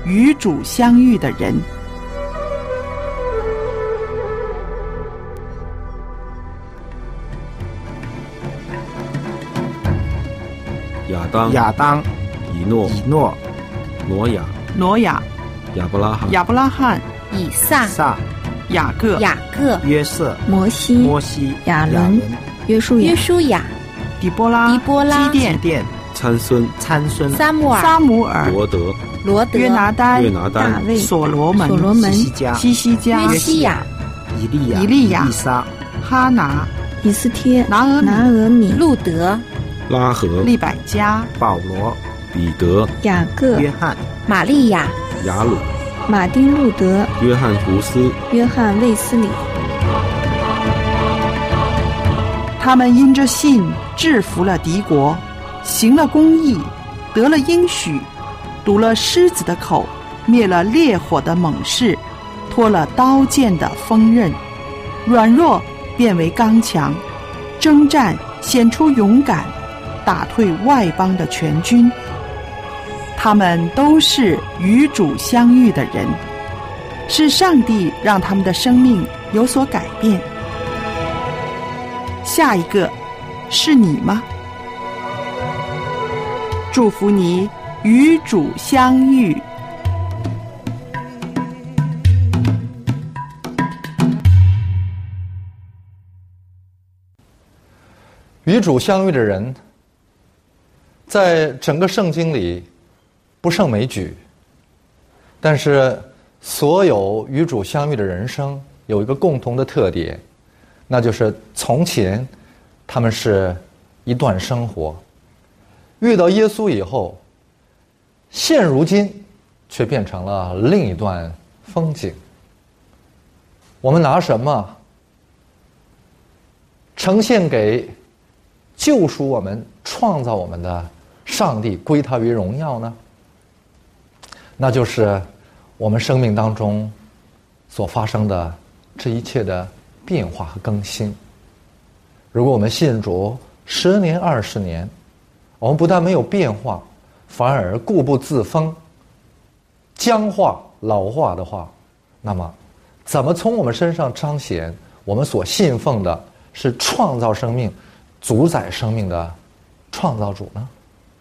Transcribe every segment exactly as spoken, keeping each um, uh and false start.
与主相遇的人。 亚当、 亚当、 以诺、 以诺、 挪亚、 挪亚、 亚伯拉罕、 亚伯拉罕、 以撒、 撒、 雅各、 雅各、 约瑟、 摩西、 摩西、 亚伦、 约书亚、 约书亚、 底波拉、 底波拉、 基甸、 基甸、 参孙、 参孙、 撒母耳、 撒母耳、 罗德、 罗德、 约拿单、 约拿单、 大卫、 所罗门、 所罗门、 西西家、 西西家、 约西亚、 以利亚、 以利亚、 以撒、 哈拿、 以斯帖、 拿俄米、 拿俄米、 路德、 拉合、 利百加、 保罗、 彼得、 雅各、 约翰、 玛利亚、 雅鲁、 马丁路德、 约翰胡斯、 约翰卫斯理。 他们因着信制服了敌国，行了公义，得了应许，堵了狮子的口，灭了烈火的猛士，脱了刀剑的锋刃，软弱变为刚强，征战显出勇敢，打退外邦的全军。他们都是与主相遇的人，是上帝让他们的生命有所改变。下一个是你吗？祝福你与主相遇。 与主相遇的人，在整个圣经里不胜枚举，但是所有与主相遇的人生有一个共同的特点，那就是从前他们是一段生活，遇到耶稣以后，现如今却变成了另一段风景。我们拿什么呈现给救赎我们、创造我们的上帝，归他为荣耀呢？那就是我们生命当中所发生的这一切的变化和更新。如果我们信主十年、二十年，我们不但没有变化，反而固步自封、僵化、老化的话，那么怎么从我们身上彰显我们所信奉的是创造生命、主宰生命的创造主呢？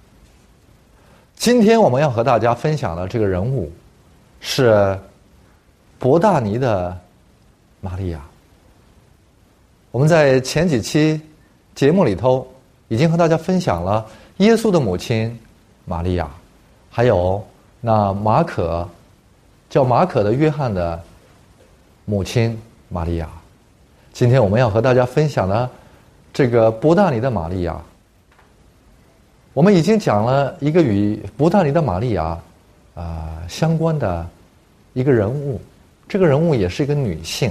今天我们要和大家分享的这个人物是伯大尼的玛利亚。我们在前几期节目里头已经和大家分享了耶稣的母亲玛利亚，还有那马可叫马可的约翰的母亲玛利亚。今天我们要和大家分享的这个伯大尼的玛利亚，我们已经讲了一个与伯大尼的玛利亚啊、呃、相关的一个人物，这个人物也是一个女性。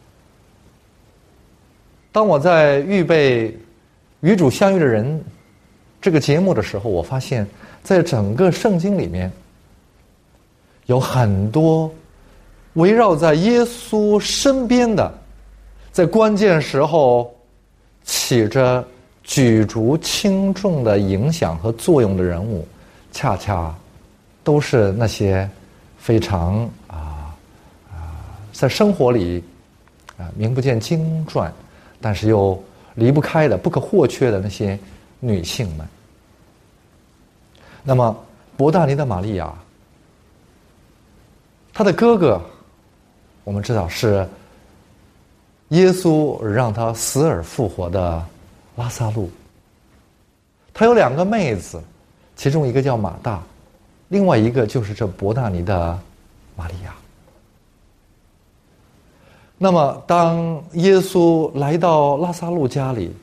当我在预备与主相遇的人这个节目的时候，我发现在整个圣经里面有很多围绕在耶稣身边的，在关键时候起着举足轻重的影响和作用的人物，恰恰都是那些非常啊啊在生活里啊名不见经传，但是又离不开的、不可或缺的那些女性们。那么伯大尼的玛利亚，她的哥哥我们知道是耶稣让他死而复活的拉撒路。他有两个妹子，其中一个叫马大，另外一个就是这伯大尼的玛利亚。那么当耶稣来到拉撒路家里，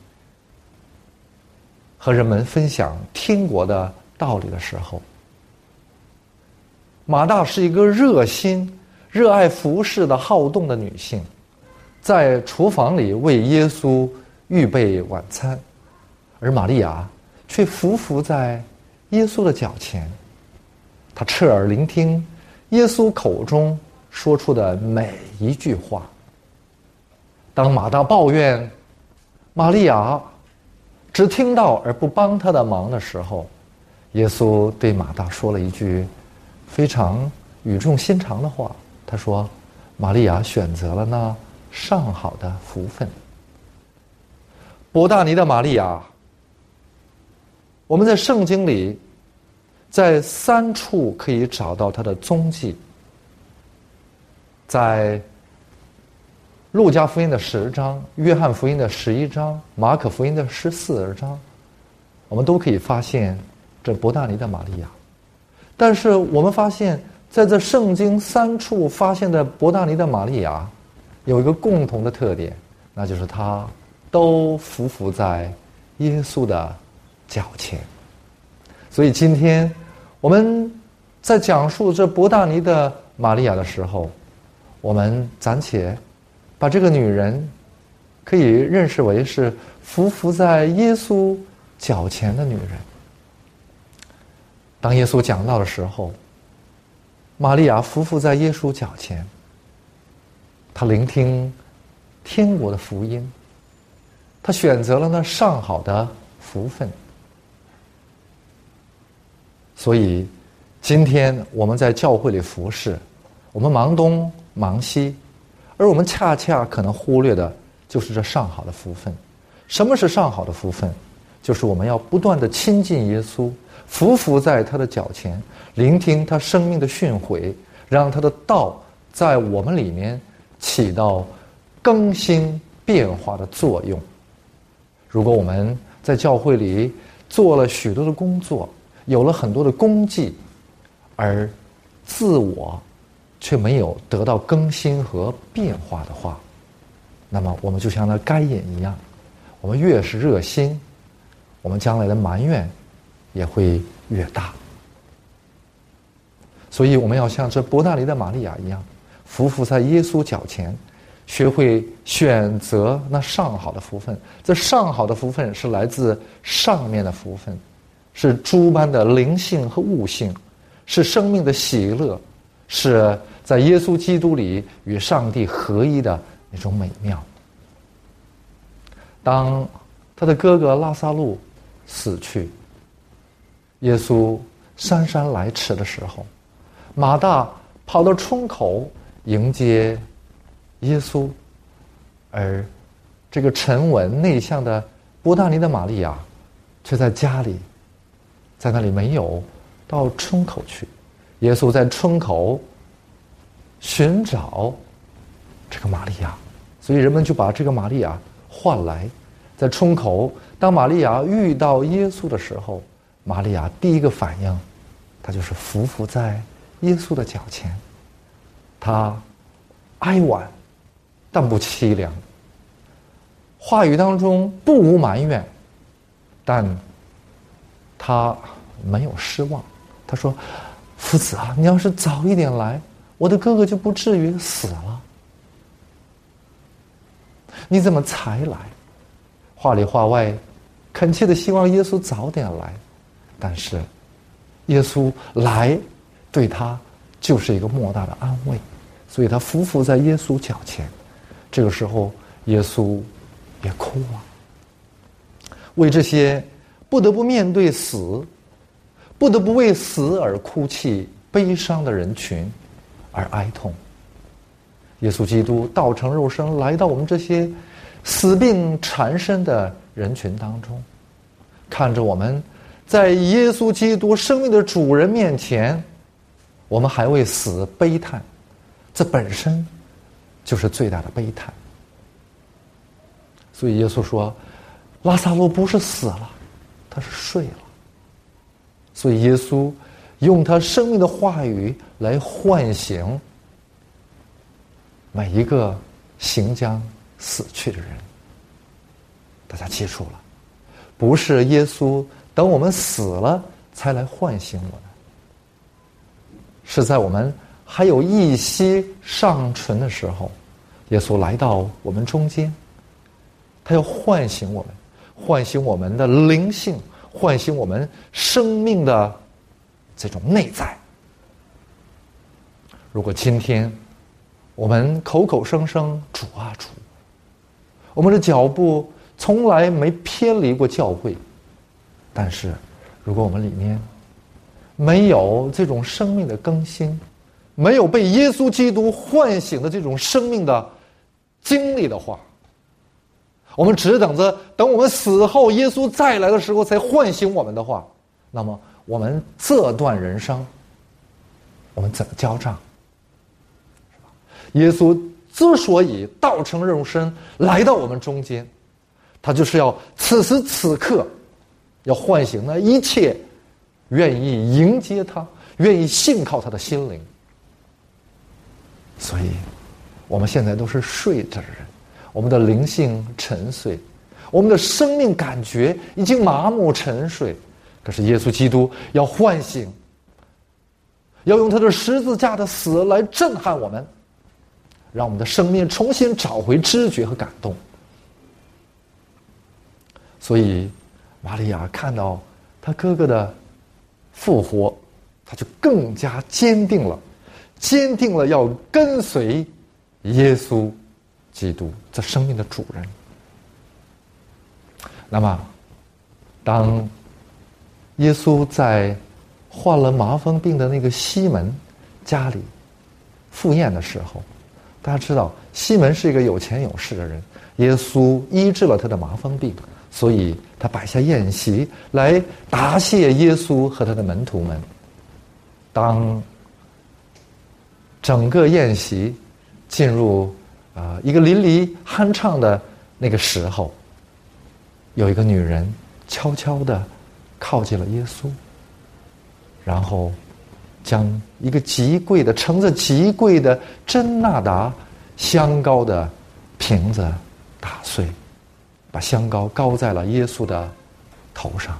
和人们分享天国的道理的时候，马大是一个热心、热爱服侍的好动的女性，在厨房里为耶稣预备晚餐，而玛利亚却匍匐在耶稣的脚前，她侧耳聆听耶稣口中说出的每一句话。当马大抱怨玛利亚只听到而不帮他的忙的时候，耶稣对马大说了一句非常语重心长的话，他说：“玛利亚选择了那上好的福分。”伯大尼的玛利亚，我们在圣经里在三处可以找到她的踪迹。在路加福音的十章、约翰福音的十一章、马可福音的十四章，我们都可以发现这伯大尼的玛利亚。但是我们发现在这圣经三处发现的伯大尼的玛利亚有一个共同的特点，那就是她都匍匐在耶稣的脚前。所以今天我们在讲述这伯大尼的玛利亚的时候，我们暂且把这个女人可以认识为是匍匐在耶稣脚前的女人。当耶稣讲道的时候，玛利亚匍匐在耶稣脚前，她聆听天国的福音，她选择了那上好的福分。所以今天我们在教会里服侍，我们忙东忙西，而我们恰恰可能忽略的就是这上好的福分。什么是上好的福分？就是我们要不断的亲近耶稣，匍匐在他的脚前，聆听他生命的训诲，让他的道在我们里面起到更新变化的作用。如果我们在教会里做了许多的工作，有了很多的功绩，而自我却没有得到更新和变化的话，那么我们就像那该隐一样，我们越是热心，我们将来的埋怨也会越大。所以我们要像这伯大尼的玛利亚一样，匍匐在耶稣脚前，学会选择那上好的福分。这上好的福分是来自上面的福分，是诸般的灵性和悟性，是生命的喜乐，是在耶稣基督里与上帝合一的那种美妙。当他的哥哥拉撒路死去，耶稣姗姗来迟的时候，马大跑到村口迎接耶稣，而这个沉稳内向的伯大尼的玛利亚却在家里，在那里没有到村口去。耶稣在村口寻找这个玛利亚，所以人们就把这个玛利亚唤来。在村口，当玛利亚遇到耶稣的时候，玛利亚第一个反应，她就是匍匐在耶稣的脚前，她哀婉但不凄凉，话语当中不无埋怨，但她没有失望。她说：“夫子啊，你要是早一点来，我的哥哥就不至于死了。你怎么才来？”话里话外恳切的希望耶稣早点来，但是耶稣来对他就是一个莫大的安慰，所以他匍匐在耶稣脚前。这个时候耶稣也哭了，为这些不得不面对死，不得不为死而哭泣悲伤的人群而哀痛。耶稣基督道成肉身来到我们这些死病缠身的人群当中，看着我们在耶稣基督生命的主人面前，我们还为死悲叹，这本身就是最大的悲叹。所以耶稣说，拉撒路不是死了，他是睡了。所以耶稣用他生命的话语来唤醒每一个行将死去的人。大家记住了，不是耶稣等我们死了才来唤醒我们，是在我们还有一息尚存的时候，耶稣来到我们中间，他要唤醒我们，唤醒我们的灵性，唤醒我们生命的这种内在。如果今天我们口口声声主啊主，我们的脚步从来没偏离过教会，但是如果我们里面没有这种生命的更新， 没有被耶稣基督唤醒的这种生命的经历的话，我们只等着等我们死后耶稣再来的时候才唤醒我们的话，那么我们这段人生我们怎么交账？是吧？耶稣之所以道成肉身来到我们中间，他就是要此时此刻要唤醒那一切愿意迎接他、愿意信靠他的心灵。所以我们现在都是睡着的人，我们的灵性沉睡，我们的生命感觉已经麻木沉睡。可是耶稣基督要唤醒，要用他的十字架的死来震撼我们，让我们的生命重新找回知觉和感动。所以玛利亚看到他哥哥的复活，他就更加坚定了坚定了要跟随耶稣基督这生命的主人。那么当耶稣在患了麻风病的那个西门家里赴宴的时候，大家知道西门是一个有钱有势的人，耶稣医治了他的麻风病，所以他摆下宴席来答谢耶稣和他的门徒们。当整个宴席进入啊、呃、一个淋漓酣畅的那个时候，有一个女人悄悄地靠近了耶稣，然后将一个极贵的盛着极贵的真纳达香膏的瓶子打碎，把香膏膏在了耶稣的头上。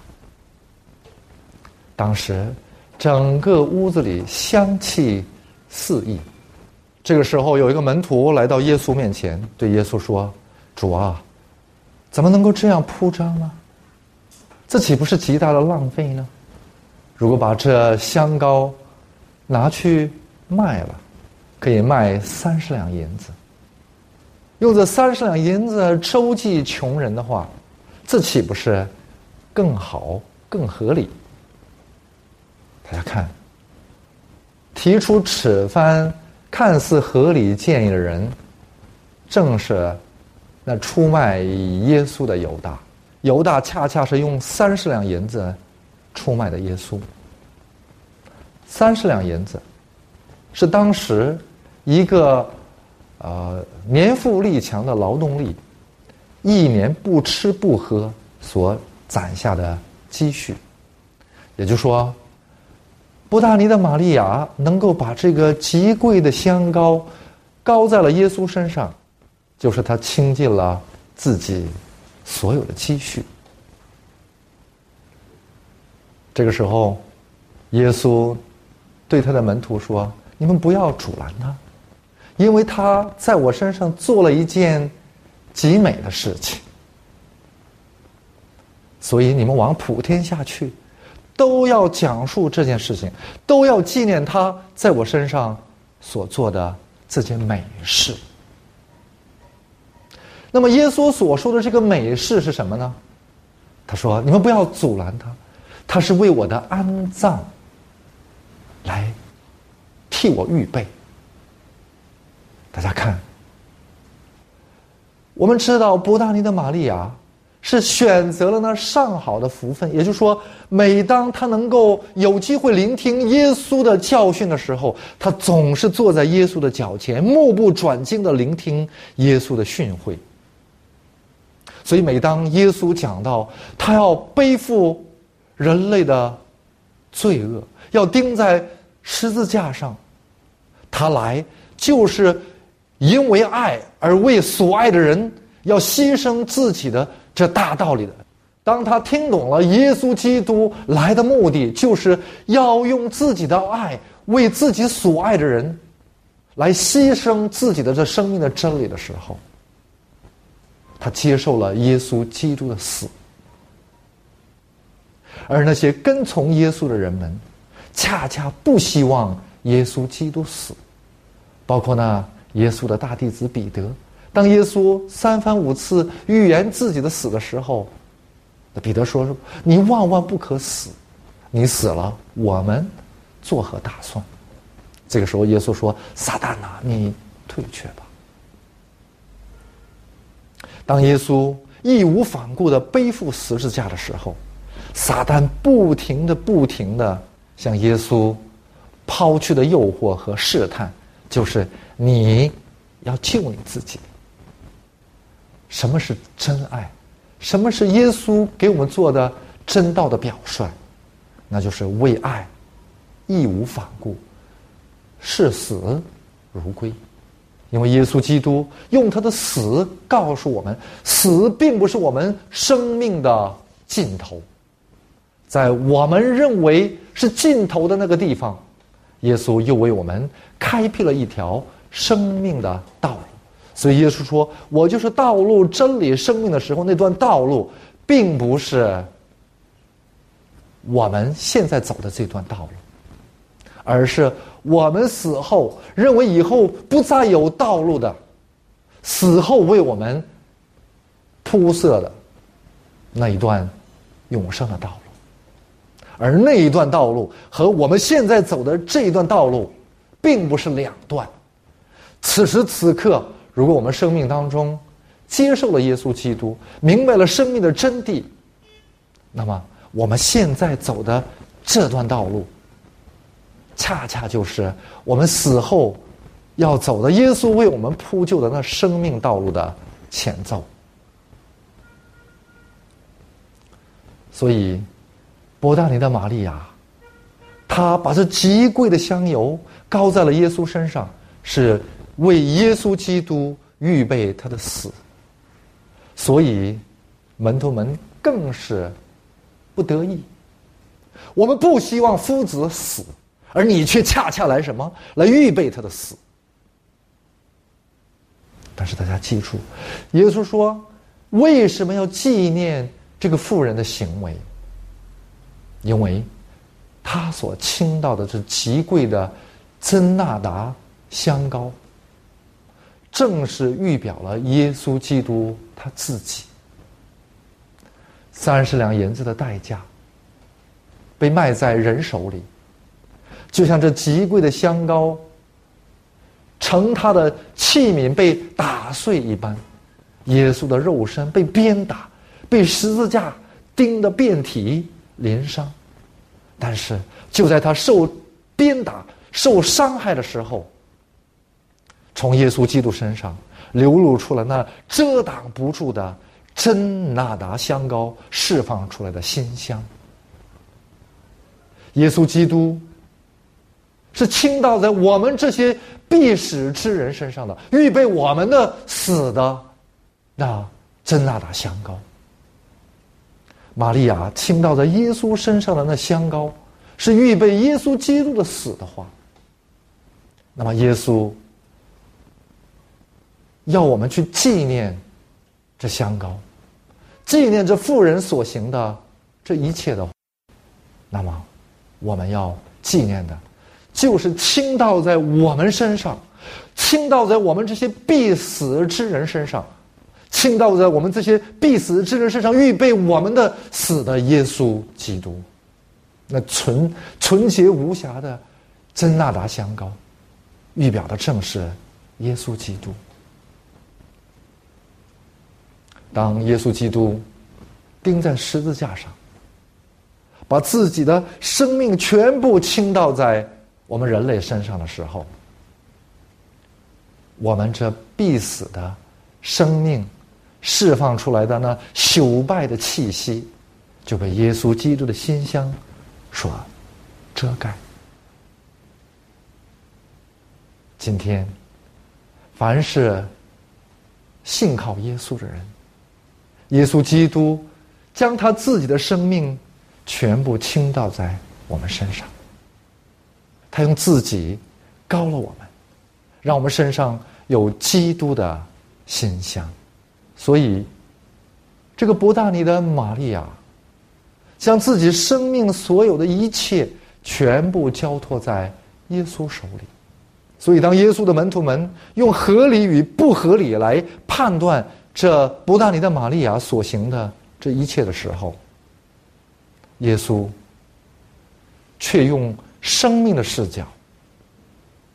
当时整个屋子里香气四溢。这个时候有一个门徒来到耶稣面前，对耶稣说：主啊，怎么能够这样铺张呢？这岂不是极大的浪费呢？如果把这香膏拿去卖了，可以卖三十两银子，用这三十两银子周济穷人的话，这岂不是更好更合理？大家看，提出此番看似合理建议的人，正是那出卖耶稣的犹大。犹大恰恰是用三十两银子出卖的耶稣。三十两银子是当时一个呃年富力强的劳动力一年不吃不喝所攒下的积蓄。也就是说，伯大尼的玛利亚能够把这个极贵的香膏膏在了耶稣身上，就是他倾尽了自己所有的积蓄。这个时候，耶稣对他的门徒说：你们不要阻拦他，因为他在我身上做了一件极美的事情，所以你们往普天下去，都要讲述这件事情，都要纪念他在我身上所做的这件美事。那么耶稣所说的这个美事是什么呢？他说：你们不要阻拦他，他是为我的安葬来替我预备。大家看，我们知道伯大尼的玛利亚是选择了那上好的福分，也就是说，每当他能够有机会聆听耶稣的教训的时候，他总是坐在耶稣的脚前，目不转睛地聆听耶稣的训诲。所以每当耶稣讲到他要背负人类的罪恶，要钉在十字架上，他来就是因为爱而为所爱的人要牺牲自己的这大道理的。当他听懂了耶稣基督来的目的就是要用自己的爱为自己所爱的人来牺牲自己的这生命的真理的时候，他接受了耶稣基督的死。而那些跟从耶稣的人们恰恰不希望耶稣基督死，包括那耶稣的大弟子彼得，当耶稣三番五次预言自己的死的时候，那彼得说：你万万不可死，你死了我们作何打算？ 这个时候耶稣说：撒旦啊，你退却吧。当耶稣义无反顾地背负十字架的时候，撒旦不停地不停地向耶稣抛去的诱惑和试探，就是你要救你自己。什么是真爱？什么是耶稣给我们做的真道的表率？那就是为爱义无反顾，视死如归。因为耶稣基督用他的死告诉我们，死并不是我们生命的尽头，在我们认为是尽头的那个地方，耶稣又为我们开辟了一条生命的道路。所以耶稣说：我就是道路真理生命的时候，那段道路并不是我们现在走的这段道路，而是我们死后认为以后不再有道路的，死后为我们铺设的那一段永生的道路。而那一段道路和我们现在走的这一段道路并不是两段。此时此刻，如果我们生命当中接受了耶稣基督，明白了生命的真谛，那么我们现在走的这段道路，恰恰就是我们死后要走的耶稣为我们铺就的那生命道路的前奏。所以伯大尼的玛利亚，她把这极贵的香油膏在了耶稣身上，是为耶稣基督预备他的死。所以门徒们更是不得意，我们不希望夫子死，而你却恰恰来什么？来预备他的死。但是大家记住，耶稣说为什么要纪念这个妇人的行为？因为他所倾倒的这极贵的真纳达香膏，正是预表了耶稣基督他自己。三十两银子的代价被卖在人手里，就像这极贵的香膏盛他的器皿被打碎一般，耶稣的肉身被鞭打，被十字架钉得遍体鳞伤。但是就在他受鞭打受伤害的时候，从耶稣基督身上流露出了那遮挡不住的真纳达香膏释放出来的馨香。耶稣基督是倾倒在我们这些必死之人身上的，预备我们的死的那真纳达香膏。玛利亚倾倒在耶稣身上的那香膏，是预备耶稣基督的死的话，那么耶稣要我们去纪念这香膏，纪念这妇人所行的这一切的话，那么我们要纪念的就是倾倒在我们身上，倾倒在我们这些必死之人身上，倾倒在我们这些必死之人身上预备我们的死的耶稣基督，那纯纯洁无瑕的真纳达香膏，预表的正是耶稣基督。当耶稣基督钉在十字架上，把自己的生命全部倾倒在我们人类身上的时候，我们这必死的生命释放出来的那朽败的气息，就被耶稣基督的馨香所遮盖。今天凡是信靠耶稣的人，耶稣基督将他自己的生命全部倾倒在我们身上，他用自己膏了我们，让我们身上有基督的馨香。所以这个伯大尼的玛利亚将自己生命所有的一切全部交托在耶稣手里。所以当耶稣的门徒们用合理与不合理来判断这伯大尼的玛利亚所行的这一切的时候，耶稣却用生命的视角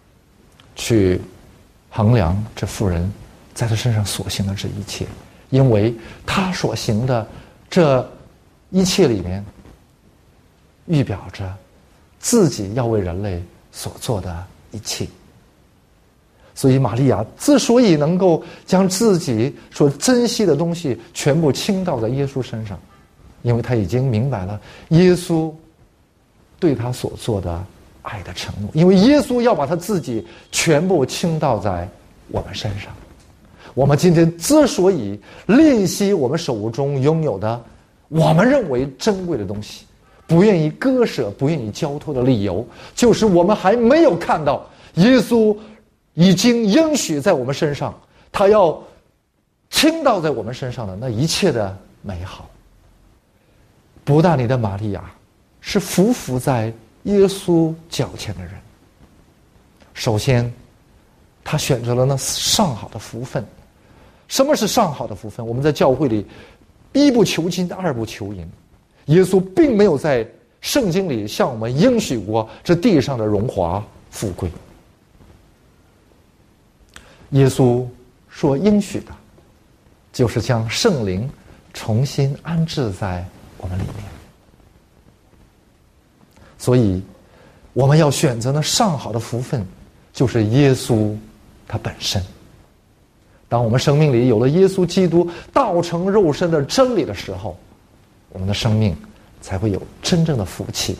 去衡量这妇人在他身上所行的这一切，因为他所行的这一切里面，预表着自己要为人类所做的一切。所以玛利亚之所以能够将自己所珍惜的东西全部倾倒在耶稣身上，因为他已经明白了耶稣对他所做的爱的承诺，因为耶稣要把他自己全部倾倒在我们身上。我们今天之所以吝惜我们手中拥有的我们认为珍贵的东西，不愿意割舍，不愿意交托的理由，就是我们还没有看到耶稣已经应许在我们身上，他要倾倒在我们身上的那一切的美好。伯大尼的玛利亚是匍匐在耶稣脚前的人。首先他选择了那上好的福分。什么是上好的福分？我们在教会里一不求金，二不求银。耶稣并没有在圣经里向我们应许过这地上的荣华富贵。耶稣所应许的就是将圣灵重新安置在我们里面。所以我们要选择那上好的福分，就是耶稣他本身。当我们生命里有了耶稣基督道成肉身的真理的时候，我们的生命才会有真正的福气。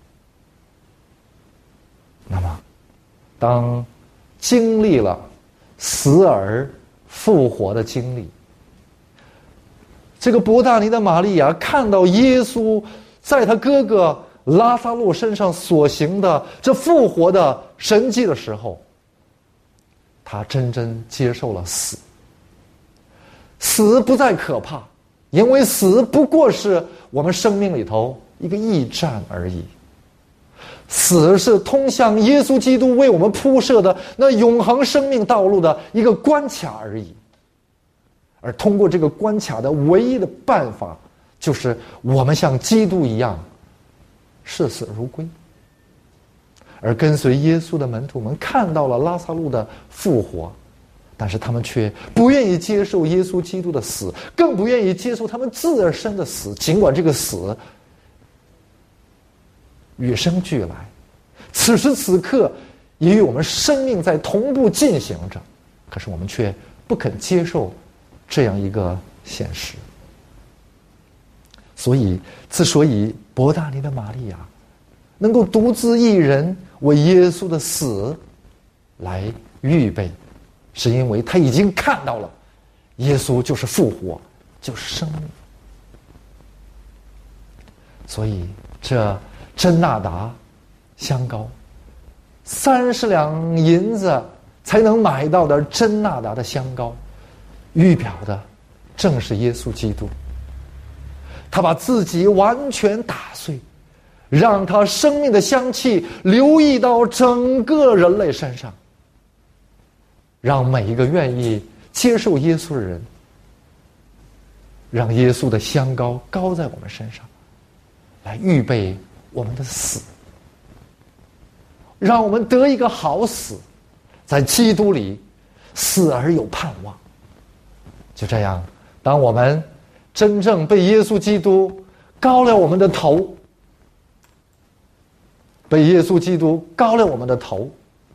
那么当经历了死而复活的经历，这个伯大尼的玛利亚看到耶稣在他哥哥拉撒路身上所行的这复活的神迹的时候，他真正接受了死。死不再可怕，因为死不过是我们生命里头一个驿站而已。死是通向耶稣基督为我们铺设的那永恒生命道路的一个关卡而已。而通过这个关卡的唯一的办法，就是我们像基督一样视死如归。而跟随耶稣的门徒们看到了拉撒路的复活，但是他们却不愿意接受耶稣基督的死，更不愿意接受他们自身的死，尽管这个死与生俱来，此时此刻也与我们生命在同步进行着，可是我们却不肯接受这样一个现实。所以之所以伯大尼的玛利亚能够独自一人为耶稣的死来预备，是因为他已经看到了耶稣就是复活，就是生命。所以这真纳达香膏，三十两银子才能买到的真纳达的香膏，预表的正是耶稣基督。他把自己完全打碎，让他生命的香气流溢到整个人类身上，让每一个愿意接受耶稣的人，让耶稣的香膏膏在我们身上，来预备我们的死，让我们得一个好死，在基督里死而有盼望。就这样，当我们真正被耶稣基督膏了我们的头，被耶稣基督膏了我们的头，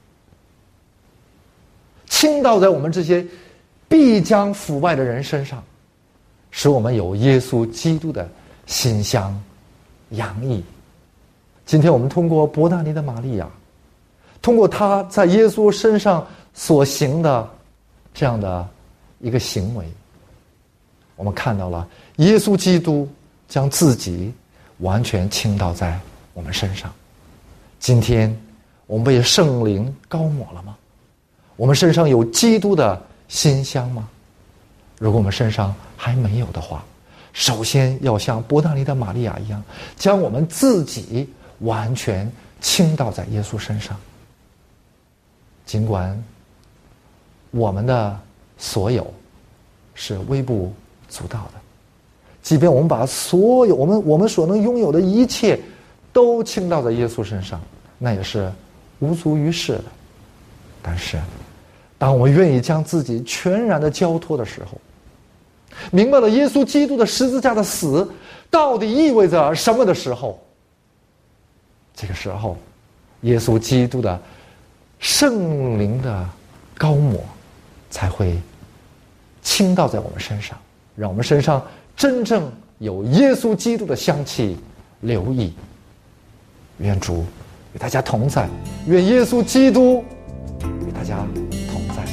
倾倒在我们这些必将腐败的人身上，使我们有耶稣基督的馨香洋溢。今天我们通过伯大尼的玛利亚，通过他在耶稣身上所行的这样的一个行为，我们看到了耶稣基督将自己完全倾倒在我们身上。今天我们被圣灵膏抹了吗？我们身上有基督的馨香吗？如果我们身上还没有的话，首先要像伯大尼的玛利亚一样，将我们自己完全倾倒在耶稣身上。尽管我们的所有是微不足道的，即便我们把所有我们我们所能拥有的一切都倾倒在耶稣身上，那也是无足于事的。 但是当我们愿意将自己全然的交托的时候，明白了耶稣基督的十字架的死到底意味着什么的时候，这个时候耶稣基督的圣灵的膏抹才会倾倒在我们身上，让我们身上真正有耶稣基督的香气流溢。愿主与大家同在，愿耶稣基督与大家同在。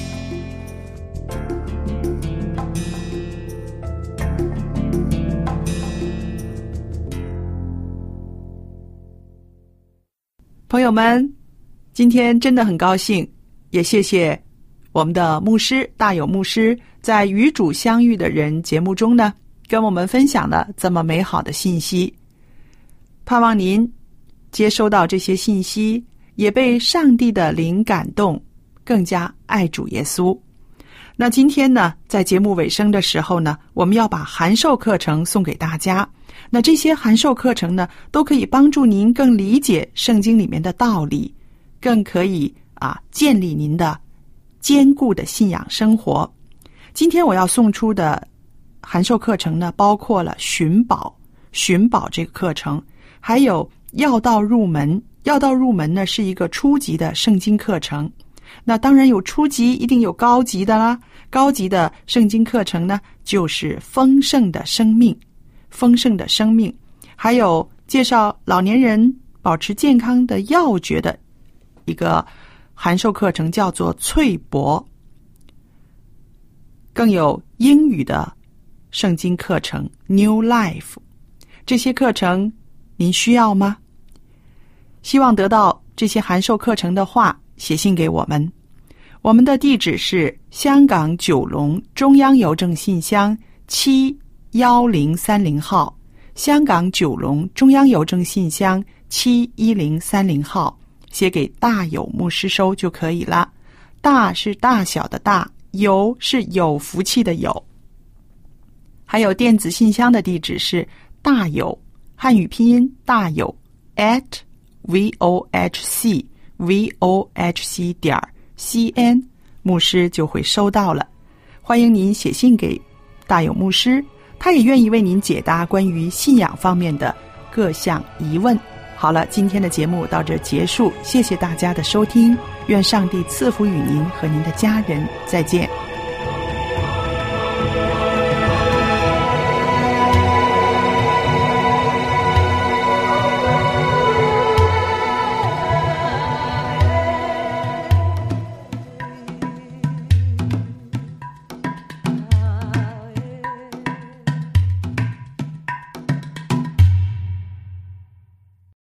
朋友们，今天真的很高兴，也谢谢我们的牧师大有牧师在与主相遇的人节目中呢，跟我们分享了这么美好的信息。盼望您接收到这些信息，也被上帝的灵感动，更加爱主耶稣。那今天呢，在节目尾声的时候呢，我们要把函授课程送给大家。那这些函授课程呢，都可以帮助您更理解圣经里面的道理，更可以啊建立您的坚固的信仰生活。今天我要送出的函授课程呢，包括了寻宝寻宝这个课程，还有要道入门。要道入门呢，是一个初级的圣经课程。那当然有初级，一定有高级的啦。高级的圣经课程呢，就是丰盛的生命，丰盛的生命，还有介绍老年人保持健康的要诀的一个函授课程，叫做翠柏。更有英语的圣经课程 New Life。 这些课程您需要吗？希望得到这些函授课程的话，写信给我们。我们的地址是香港九龙中央邮政信箱七一零三零号，香港九龙中央邮政信箱七一零三零号，写给大有牧师收就可以了。大是大小的大，有是有福气的有。还有电子信箱的地址是大有汉语拼音大有 at vohc vohc 点 cn， 牧师就会收到了。欢迎您写信给大有牧师，他也愿意为您解答关于信仰方面的各项疑问。好了，今天的节目到这结束，谢谢大家的收听，愿上帝赐福与您和您的家人，再见。